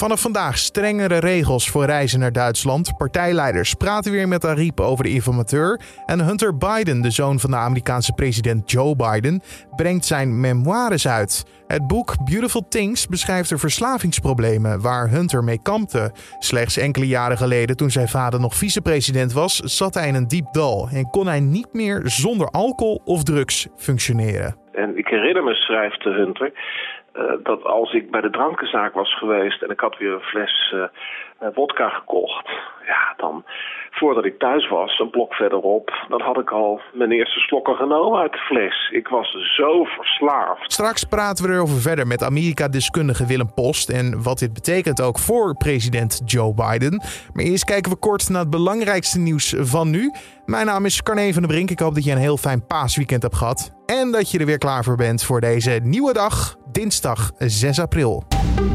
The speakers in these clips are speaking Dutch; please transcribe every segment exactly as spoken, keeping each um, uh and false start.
Vanaf vandaag strengere regels voor reizen naar Duitsland. Partijleiders praten weer met Ariep over de informateur. En Hunter Biden, de zoon van de Amerikaanse president Joe Biden, brengt zijn memoires uit. Het boek Beautiful Things beschrijft de verslavingsproblemen waar Hunter mee kampte. Slechts enkele jaren geleden, toen zijn vader nog vicepresident was, zat hij in een diep dal en kon hij niet meer zonder alcohol of drugs functioneren. En ik herinner me, schrijft Hunter, Uh, dat als ik bij de drankenzaak was geweest en ik had weer een fles uh, uh, wodka gekocht, ja, dan voordat ik thuis was, een blok verderop, dan had ik al mijn eerste slokken genomen uit de fles. Ik was zo verslaafd. Straks praten we erover verder met Amerika-deskundige Willem Post en wat dit betekent ook voor president Joe Biden. Maar eerst kijken we kort naar het belangrijkste nieuws van nu. Mijn naam is Carne van der Brink. Ik hoop dat je een heel fijn paasweekend hebt gehad. En dat je er weer klaar voor bent voor deze nieuwe dag, dinsdag zes april.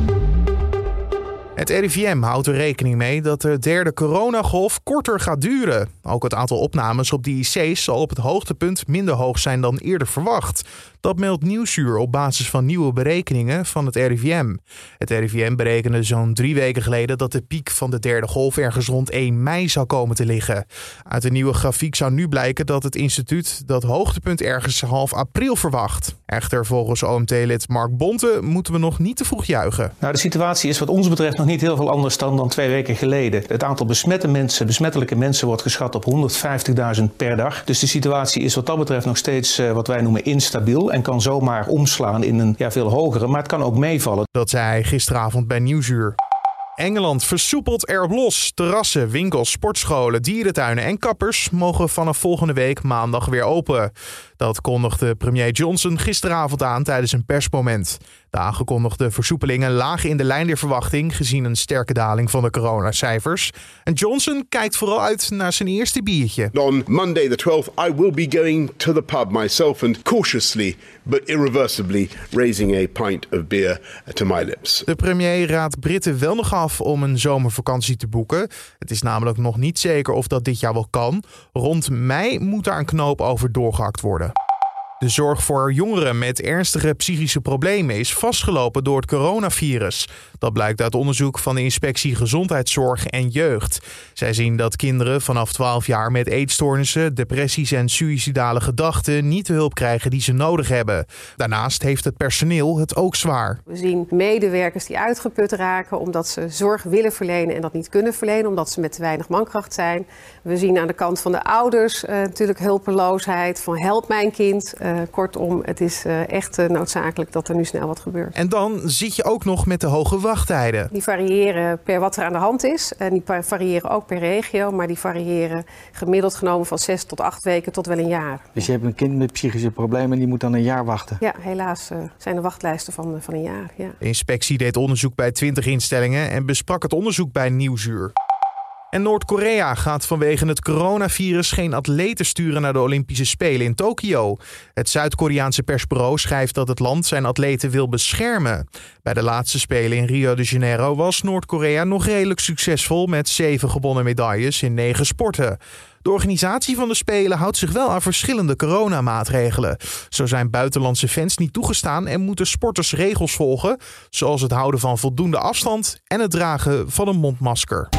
Het R I V M houdt er rekening mee dat de derde coronagolf korter gaat duren. Ook het aantal opnames op de I C's zal op het hoogtepunt minder hoog zijn dan eerder verwacht. Dat meldt Nieuwsuur op basis van nieuwe berekeningen van het R I V M. Het R I V M berekende zo'n drie weken geleden dat de piek van de derde golf ergens rond één mei zou komen te liggen. Uit de nieuwe grafiek zou nu blijken dat het instituut dat hoogtepunt ergens half april verwacht. Echter, volgens O M T-lid Mark Bonte moeten we nog niet te vroeg juichen. Nou, de situatie is wat ons betreft nog niet heel veel anders dan, dan twee weken geleden. Het aantal besmette mensen, besmettelijke mensen wordt geschat op honderdvijftigduizend per dag. Dus de situatie is wat dat betreft nog steeds uh, wat wij noemen instabiel en kan zomaar omslaan in een ja, veel hogere, maar het kan ook meevallen. Dat zei hij gisteravond bij Nieuwsuur. Engeland versoepelt erop los. Terrassen, winkels, sportscholen, dierentuinen en kappers mogen vanaf volgende week maandag weer open. Dat kondigde premier Johnson gisteravond aan tijdens een persmoment. De aangekondigde versoepelingen lagen in de lijn der verwachting gezien een sterke daling van de coronacijfers. En Johnson kijkt vooral uit naar zijn eerste biertje. On Monday the twelfth, I will be going to the pub myself and cautiously but irreversibly raising a pint of beer to my lips. De premier raadt Britten wel nog af om een zomervakantie te boeken. Het is namelijk nog niet zeker of dat dit jaar wel kan. Rond mei moet daar een knoop over doorgehakt worden. De zorg voor jongeren met ernstige psychische problemen is vastgelopen door het coronavirus. Dat blijkt uit onderzoek van de Inspectie Gezondheidszorg en Jeugd. Zij zien dat kinderen vanaf twaalf jaar met eetstoornissen, depressies en suïcidale gedachten niet de hulp krijgen die ze nodig hebben. Daarnaast heeft het personeel het ook zwaar. We zien medewerkers die uitgeput raken omdat ze zorg willen verlenen en dat niet kunnen verlenen omdat ze met te weinig mankracht zijn. We zien aan de kant van de ouders uh, natuurlijk hulpeloosheid van help mijn kind. Uh, kortom, het is uh, echt uh, noodzakelijk dat er nu snel wat gebeurt. En dan zit je ook nog met de hoge wachttijden. Die variëren per wat er aan de hand is. En die variëren ook per regio, maar die variëren gemiddeld genomen van zes tot acht weken tot wel een jaar. Dus je hebt een kind met psychische problemen en die moet dan een jaar wachten? Ja, helaas uh, zijn er wachtlijsten van, uh, van een jaar. Ja. De inspectie deed onderzoek bij twintig instellingen en besprak het onderzoek bij Nieuwsuur. En Noord-Korea gaat vanwege het coronavirus geen atleten sturen naar de Olympische Spelen in Tokio. Het Zuid-Koreaanse persbureau schrijft dat het land zijn atleten wil beschermen. Bij de laatste Spelen in Rio de Janeiro was Noord-Korea nog redelijk succesvol met zeven gewonnen medailles in negen sporten. De organisatie van de Spelen houdt zich wel aan verschillende coronamaatregelen. Zo zijn buitenlandse fans niet toegestaan en moeten sporters regels volgen, zoals het houden van voldoende afstand en het dragen van een mondmasker.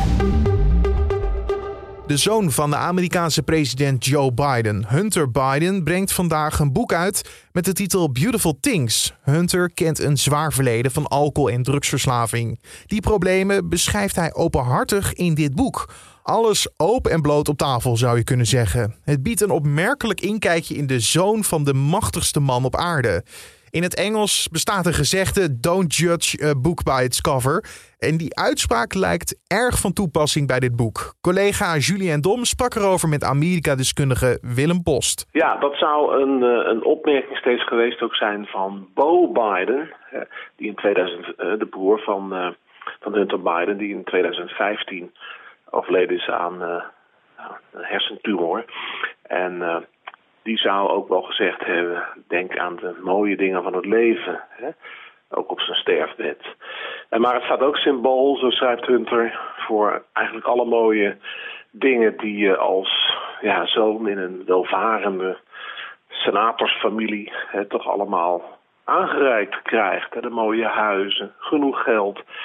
De zoon van de Amerikaanse president Joe Biden, Hunter Biden, brengt vandaag een boek uit met de titel Beautiful Things. Hunter kent een zwaar verleden van alcohol- en drugsverslaving. Die problemen beschrijft hij openhartig in dit boek. Alles open en bloot op tafel, zou je kunnen zeggen. Het biedt een opmerkelijk inkijkje in de zoon van de machtigste man op aarde. In het Engels bestaat een gezegde: don't judge a book by its cover. En die uitspraak lijkt erg van toepassing bij dit boek. Collega Julien Dom sprak erover met Amerika-deskundige Willem Post. Ja, dat zou een, een opmerking steeds geweest ook zijn van Beau Biden, die in tweeduizend, de broer van, van Hunter Biden, die in tweeduizend vijftien overleden is aan uh, een hersentumor. En uh, die zou ook wel gezegd hebben, denk aan de mooie dingen van het leven. Hè? Ook op zijn sterfbed. En maar het staat ook symbool, zo schrijft Hunter, voor eigenlijk alle mooie dingen die je als ja, zoon in een welvarende senatorsfamilie hè, toch allemaal aangereikt krijgt. Hè? De mooie huizen, genoeg geld.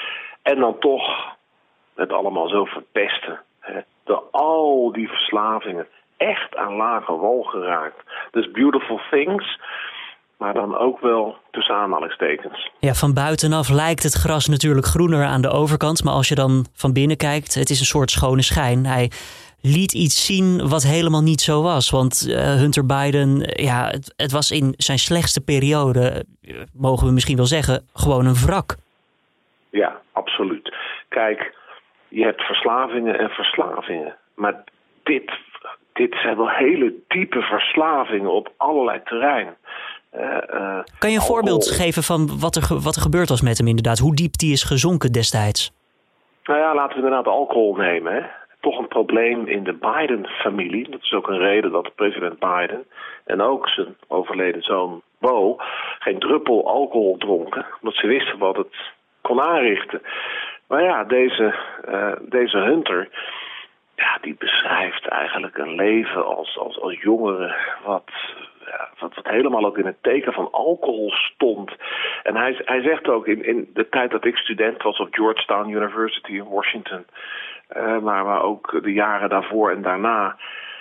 En dan toch het allemaal zo verpesten. Hè? Door al die verslavingen echt aan lage wal geraakt. Dus beautiful things, maar dan ook wel tussen aanhalingstekens. Ja, van buitenaf lijkt het gras natuurlijk groener aan de overkant. Maar als je dan van binnen kijkt, het is een soort schone schijn. Hij liet iets zien wat helemaal niet zo was. Want uh, Hunter Biden, ja, het, het was in zijn slechtste periode, uh, mogen we misschien wel zeggen, gewoon een wrak. Ja, absoluut. Kijk, je hebt verslavingen en verslavingen. Maar dit, dit zijn wel hele diepe verslavingen op allerlei terreinen. Uh, uh, kan je een alcohol. voorbeeld geven van wat er, wat er gebeurd was met hem inderdaad? Hoe diep die is gezonken destijds? Nou ja, laten we inderdaad alcohol nemen. Hè. Toch een probleem in de Biden-familie. Dat is ook een reden dat president Biden en ook zijn overleden zoon Beau geen druppel alcohol dronken. Omdat ze wisten wat het kon aanrichten. Maar ja, deze, uh, deze Hunter, ja, die beschrijft eigenlijk een leven als, als, als jongere wat, ja, wat, wat helemaal ook in het teken van alcohol stond. En hij, hij zegt ook in, in de tijd dat ik student was op Georgetown University in Washington, uh, maar, maar ook de jaren daarvoor en daarna,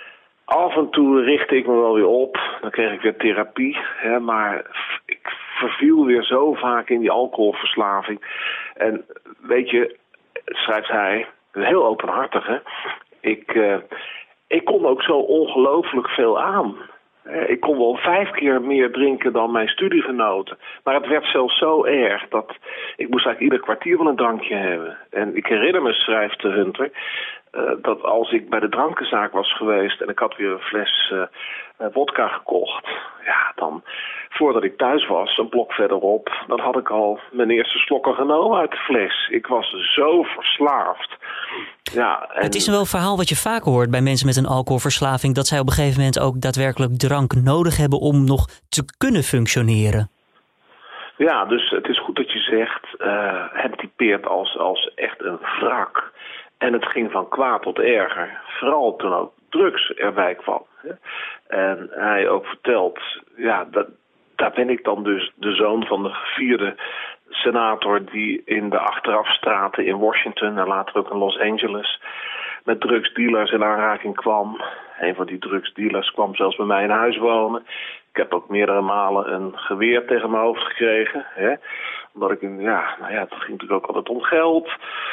af en toe richtte ik me wel weer op. Dan kreeg ik weer therapie. Hè, maar ik verviel weer zo vaak in die alcoholverslaving. En weet je, schrijft hij, heel openhartig, hè. Ik, uh, ik kon ook zo ongelooflijk veel aan. Ik kon wel vijf keer meer drinken dan mijn studiegenoten. Maar het werd zelfs zo erg dat ik moest eigenlijk ieder kwartier wel een drankje hebben. En ik herinner me, schrijft de Hunter, uh, dat als ik bij de drankenzaak was geweest en ik had weer een fles uh, wodka gekocht, ja, dan voordat ik thuis was, een blok verderop, dan had ik al mijn eerste slokken genomen uit de fles. Ik was zo verslaafd. Ja, en het is wel een verhaal wat je vaak hoort bij mensen met een alcoholverslaving, dat zij op een gegeven moment ook daadwerkelijk drank nodig hebben om nog te kunnen functioneren. Ja, dus het is goed dat je zegt, uh, het typeert als, als echt een wrak. En het ging van kwaad tot erger. Vooral toen ook drugs erbij kwam. Hè. En hij ook vertelt, ja, dat, daar ben ik dan dus de zoon van de gevierde senator die in de achterafstraten in Washington en later ook in Los Angeles met drugsdealers in aanraking kwam. Een van die drugsdealers kwam zelfs bij mij in huis wonen. Ik heb ook meerdere malen een geweer tegen mijn hoofd gekregen. Hè? Omdat ik, ja, nou ja, het ging natuurlijk ook altijd om geld.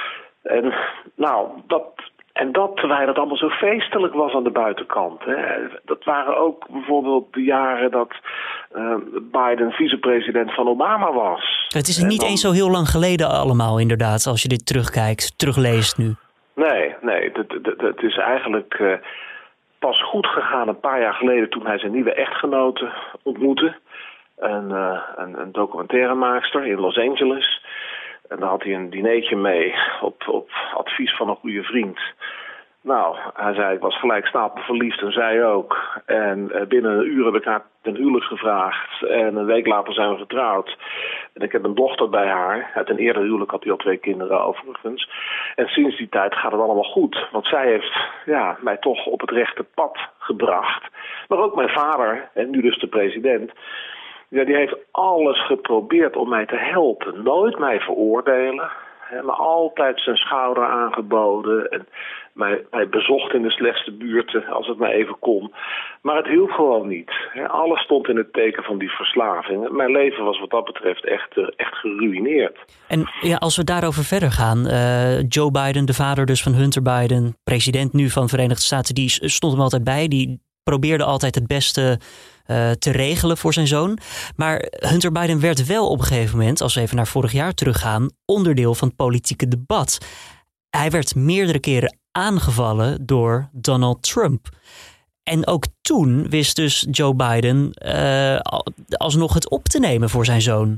En nou, dat, en dat terwijl het allemaal zo feestelijk was aan de buitenkant. Hè. Dat waren ook bijvoorbeeld de jaren dat uh, Biden vicepresident van Obama was. Het is niet dan eens zo heel lang geleden allemaal inderdaad, als je dit terugkijkt, terugleest nu. Nee, nee, het, het, het is eigenlijk uh, pas goed gegaan een paar jaar geleden toen hij zijn nieuwe echtgenote ontmoette. Een, uh, een, een documentairemaakster in Los Angeles. En daar had hij een dinertje mee op, op advies van een goede vriend. Nou, hij zei, ik was gelijk stapelverliefd en zij ook. En uh, binnen een uur heb ik haar ten huwelijk gevraagd. En een week later zijn we getrouwd. En ik heb een dochter bij haar. Uit een eerder huwelijk had hij al twee kinderen overigens. En sinds die tijd gaat het allemaal goed. Want zij heeft ja, mij toch op het rechte pad gebracht. Maar ook mijn vader, en nu dus de president, ja, die heeft alles geprobeerd om mij te helpen. Nooit mij veroordelen, hè, maar altijd zijn schouder aangeboden. En mij, mij bezocht in de slechtste buurten als het maar even kon. Maar het hielp gewoon niet. Hè. Alles stond in het teken van die verslaving. Mijn leven was wat dat betreft echt, uh, echt geruïneerd. En ja, als we daarover verder gaan. Uh, Joe Biden, de vader dus van Hunter Biden, president nu van de Verenigde Staten, die stond hem altijd bij. Die probeerde altijd het beste Uh, te regelen voor zijn zoon. Maar Hunter Biden werd wel op een gegeven moment, als we even naar vorig jaar teruggaan, onderdeel van het politieke debat. Hij werd meerdere keren aangevallen door Donald Trump. En ook toen wist dus Joe Biden uh, alsnog het op te nemen voor zijn zoon.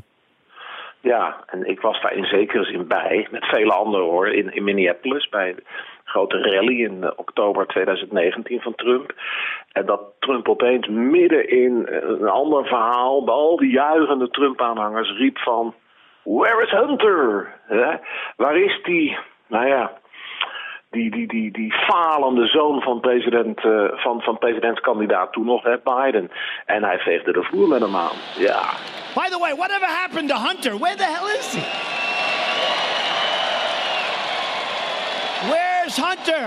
Ja, en ik was daar in zekere zin bij, met vele anderen hoor, in, in Minneapolis, bij de grote rally in uh, oktober twintig negentien van Trump. En dat Trump opeens midden in een ander verhaal, bij al die juichende Trump-aanhangers, riep van, where is Hunter? Hè? Waar is die, nou ja, die, die, die, die falende zoon van, president, uh, van, van presidentskandidaat toen nog, hè, Biden. En hij veegde de vloer met hem aan, ja. By the way, whatever happened to Hunter? Where the hell is he? Where's Hunter?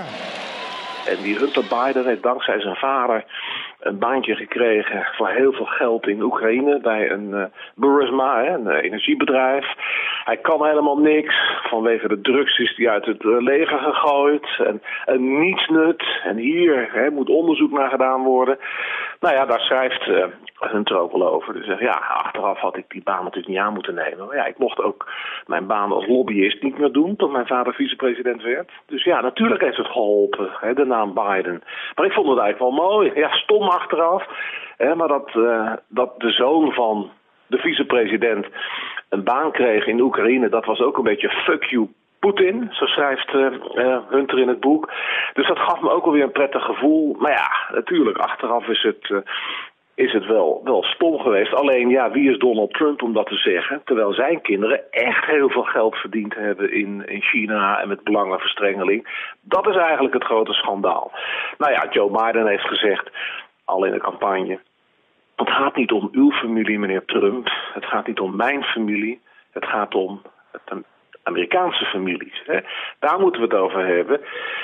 En die Hunter Biden heeft dankzij zijn vader een baantje gekregen voor heel veel geld in Oekraïne bij een uh, Burisma, een uh, energiebedrijf. Hij kan helemaal niks. Vanwege de drugs is hij uit het uh, leger gegooid. En, en niets nut. En hier hè, moet onderzoek naar gedaan worden. Nou ja, daar schrijft uh, Hunter ook wel over. Dus uh, ja, achteraf had ik die baan natuurlijk niet aan moeten nemen. Maar ja, ik mocht ook mijn baan als lobbyist niet meer doen tot mijn vader vicepresident werd. Dus ja, natuurlijk heeft het geholpen, hè, de naam Biden. Maar ik vond het eigenlijk wel mooi. Ja, stom achteraf. Hè, maar dat, uh, dat de zoon van de vicepresident een baan kreeg in Oekraïne, dat was ook een beetje fuck you Poetin, zo schrijft uh, uh, Hunter in het boek. Dus dat gaf me ook alweer een prettig gevoel. Maar ja, natuurlijk, achteraf is het, uh, is het wel, wel stom geweest. Alleen, ja, wie is Donald Trump om dat te zeggen? Terwijl zijn kinderen echt heel veel geld verdiend hebben in, in China en met belangenverstrengeling. Dat is eigenlijk het grote schandaal. Nou ja, Joe Biden heeft gezegd, al in de campagne, het gaat niet om uw familie, meneer Trump. Het gaat niet om mijn familie. Het gaat om het Amerikaanse families. Hè. Daar moeten we het over hebben.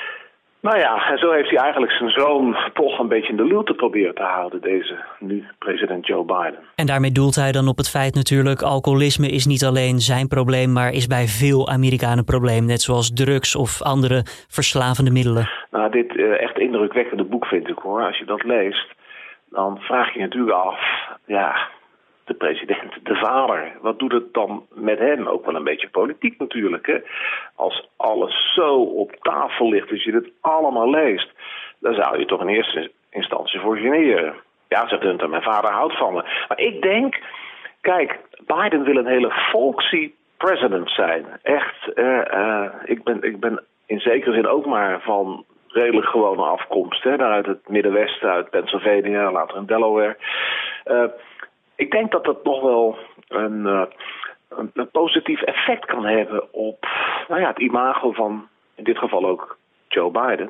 Nou ja, en zo heeft hij eigenlijk zijn zoon toch een beetje in de luwte proberen te houden, deze nu president Joe Biden. En daarmee doelt hij dan op het feit natuurlijk, alcoholisme is niet alleen zijn probleem, maar is bij veel Amerikanen een probleem, net zoals drugs of andere verslavende middelen. Nou, dit uh, echt indrukwekkende boek vind ik hoor. Als je dat leest, dan vraag je je natuurlijk af, ja, de president, de vader, wat doet het dan met hem? Ook wel een beetje politiek natuurlijk, hè? Als alles zo op tafel ligt, als je dit allemaal leest, dan zou je toch in eerste instantie voor generen. Ja, zegt Hunter, mijn vader houdt van me. Maar ik denk, kijk, Biden wil een hele folksy president zijn. Echt, uh, uh, ik, ben, ik ben in zekere zin ook maar van redelijk gewone afkomst, hè? Daar uit het Middenwesten, uit Pennsylvania, later in Delaware. Uh, Ik denk dat dat nog wel een, uh, een, een positief effect kan hebben op nou ja, het imago van, in dit geval ook Joe Biden.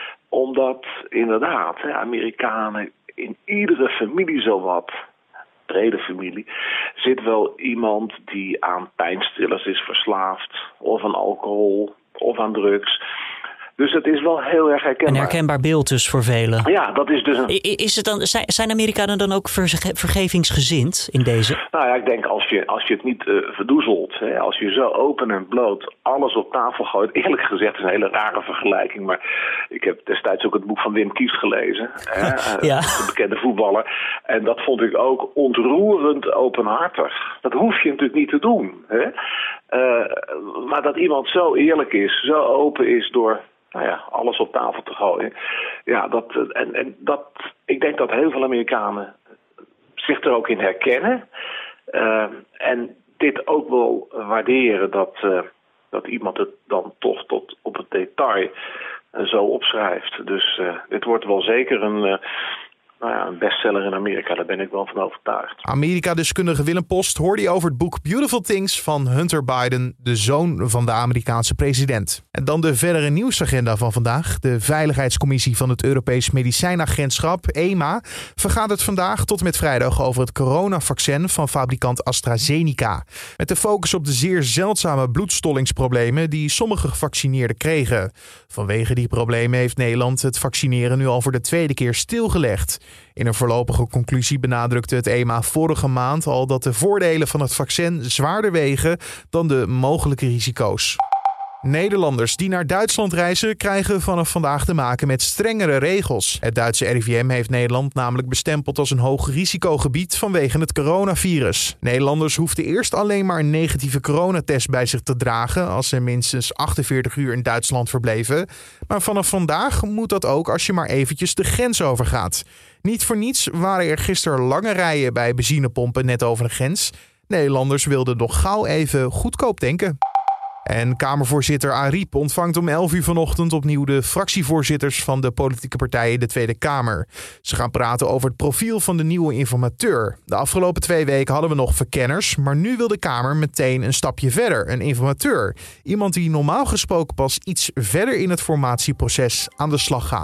Omdat inderdaad, hè, Amerikanen in iedere familie zowat, brede familie, zit wel iemand die aan pijnstillers is verslaafd, of aan alcohol, of aan drugs. Dus het is wel heel erg herkenbaar. Een herkenbaar beeld dus voor velen. Ja, dat is dus een... Is het dan, zijn Amerikanen dan ook verge- vergevingsgezind in deze? Nou ja, ik denk als je, als je het niet uh, verdoezelt, hè, als je zo open en bloot alles op tafel gooit. Eerlijk gezegd is een hele rare vergelijking, maar ik heb destijds ook het boek van Wim Kies gelezen. Hè, ja. De bekende voetballer. En dat vond ik ook ontroerend openhartig. Dat hoef je natuurlijk niet te doen. Hè. Uh, maar dat iemand zo eerlijk is, zo open is door... nou ja, alles op tafel te gooien. Ja, dat, en, en dat, ik denk dat heel veel Amerikanen zich er ook in herkennen. Uh, en dit ook wel waarderen dat, uh, dat iemand het dan toch tot op het detail uh, zo opschrijft. Dus uh, dit wordt wel zeker een... Uh, Nou ja, een bestseller in Amerika, daar ben ik wel van overtuigd. Amerika-deskundige Willem Post hoorde je over het boek Beautiful Things van Hunter Biden, de zoon van de Amerikaanse president. En dan de verdere nieuwsagenda van vandaag. De Veiligheidscommissie van het Europees Medicijnagentschap, E M A, vergadert vandaag tot en met vrijdag over het coronavaccin van fabrikant AstraZeneca. Met de focus op de zeer zeldzame bloedstollingsproblemen die sommige gevaccineerden kregen. Vanwege die problemen heeft Nederland het vaccineren nu al voor de tweede keer stilgelegd. In een voorlopige conclusie benadrukte het E M A vorige maand al dat de voordelen van het vaccin zwaarder wegen dan de mogelijke risico's. Nederlanders die naar Duitsland reizen krijgen vanaf vandaag te maken met strengere regels. Het Duitse R I V M heeft Nederland namelijk bestempeld als een hoog risicogebied vanwege het coronavirus. Nederlanders hoefden eerst alleen maar een negatieve coronatest bij zich te dragen als ze minstens achtenveertig uur in Duitsland verbleven. Maar vanaf vandaag moet dat ook als je maar eventjes de grens overgaat. Niet voor niets waren er gisteren lange rijen bij benzinepompen net over de grens. Nederlanders wilden nog gauw even goedkoop tanken. En Kamervoorzitter Ariep ontvangt om elf uur vanochtend opnieuw de fractievoorzitters van de politieke partijen de Tweede Kamer. Ze gaan praten over het profiel van de nieuwe informateur. De afgelopen twee weken hadden we nog verkenners, maar nu wil de Kamer meteen een stapje verder, een informateur. Iemand die normaal gesproken pas iets verder in het formatieproces aan de slag gaat.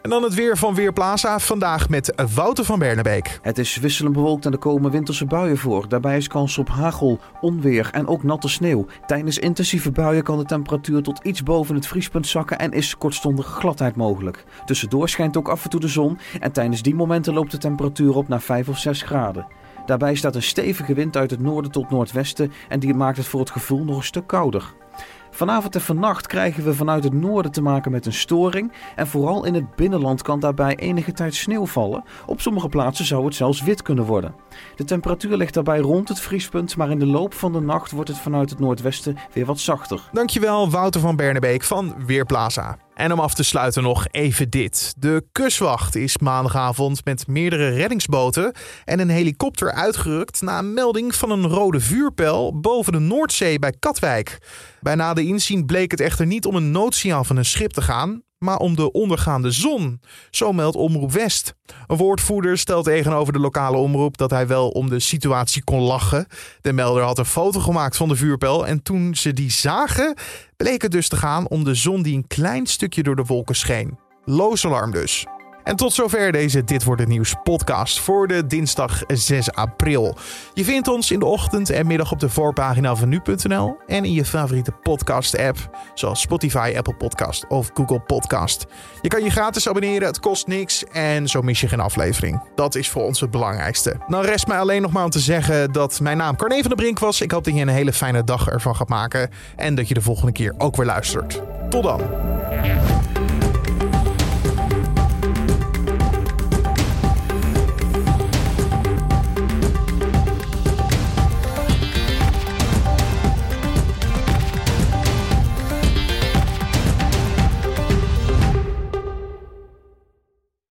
En dan het weer van Weerplaza. Vandaag met Wouter van Bernebeek. Het is wisselend bewolkt en er komen winterse buien voor. Daarbij is kans op hagel, onweer en ook natte sneeuw. Tijdens intensieve buien kan de temperatuur tot iets boven het vriespunt zakken en is kortstondige gladheid mogelijk. Tussendoor schijnt ook af en toe de zon en tijdens die momenten loopt de temperatuur op naar vijf of zes graden. Daarbij staat een stevige wind uit het noorden tot noordwesten en die maakt het voor het gevoel nog een stuk kouder. Vanavond en vannacht krijgen we vanuit het noorden te maken met een storing en vooral in het binnenland kan daarbij enige tijd sneeuw vallen. Op sommige plaatsen zou het zelfs wit kunnen worden. De temperatuur ligt daarbij rond het vriespunt, maar in de loop van de nacht wordt het vanuit het noordwesten weer wat zachter. Dankjewel Wouter van Bernebeek van Weerplaza. En om af te sluiten nog even dit. De kustwacht is maandagavond met meerdere reddingsboten en een helikopter uitgerukt na een melding van een rode vuurpijl boven de Noordzee bij Katwijk. Bij nader inzien bleek het echter niet om een noodsignaal van een schip te gaan, maar om de ondergaande zon. Zo meldt Omroep West. Een woordvoerder stelt tegenover de lokale omroep dat hij wel om de situatie kon lachen. De melder had een foto gemaakt van de vuurpijl en toen ze die zagen, bleek het dus te gaan om de zon die een klein stukje door de wolken scheen. Loos alarm dus. En tot zover deze Dit Wordt Het Nieuws podcast voor de dinsdag zes april. Je vindt ons in de ochtend en middag op de voorpagina van nu punt n l en in je favoriete podcast app zoals Spotify, Apple Podcast of Google Podcast. Je kan je gratis abonneren, het kost niks en zo mis je geen aflevering. Dat is voor ons het belangrijkste. Dan rest mij alleen nog maar om te zeggen dat mijn naam Carne van der Brink was. Ik hoop dat je een hele fijne dag ervan gaat maken en dat je de volgende keer ook weer luistert. Tot dan.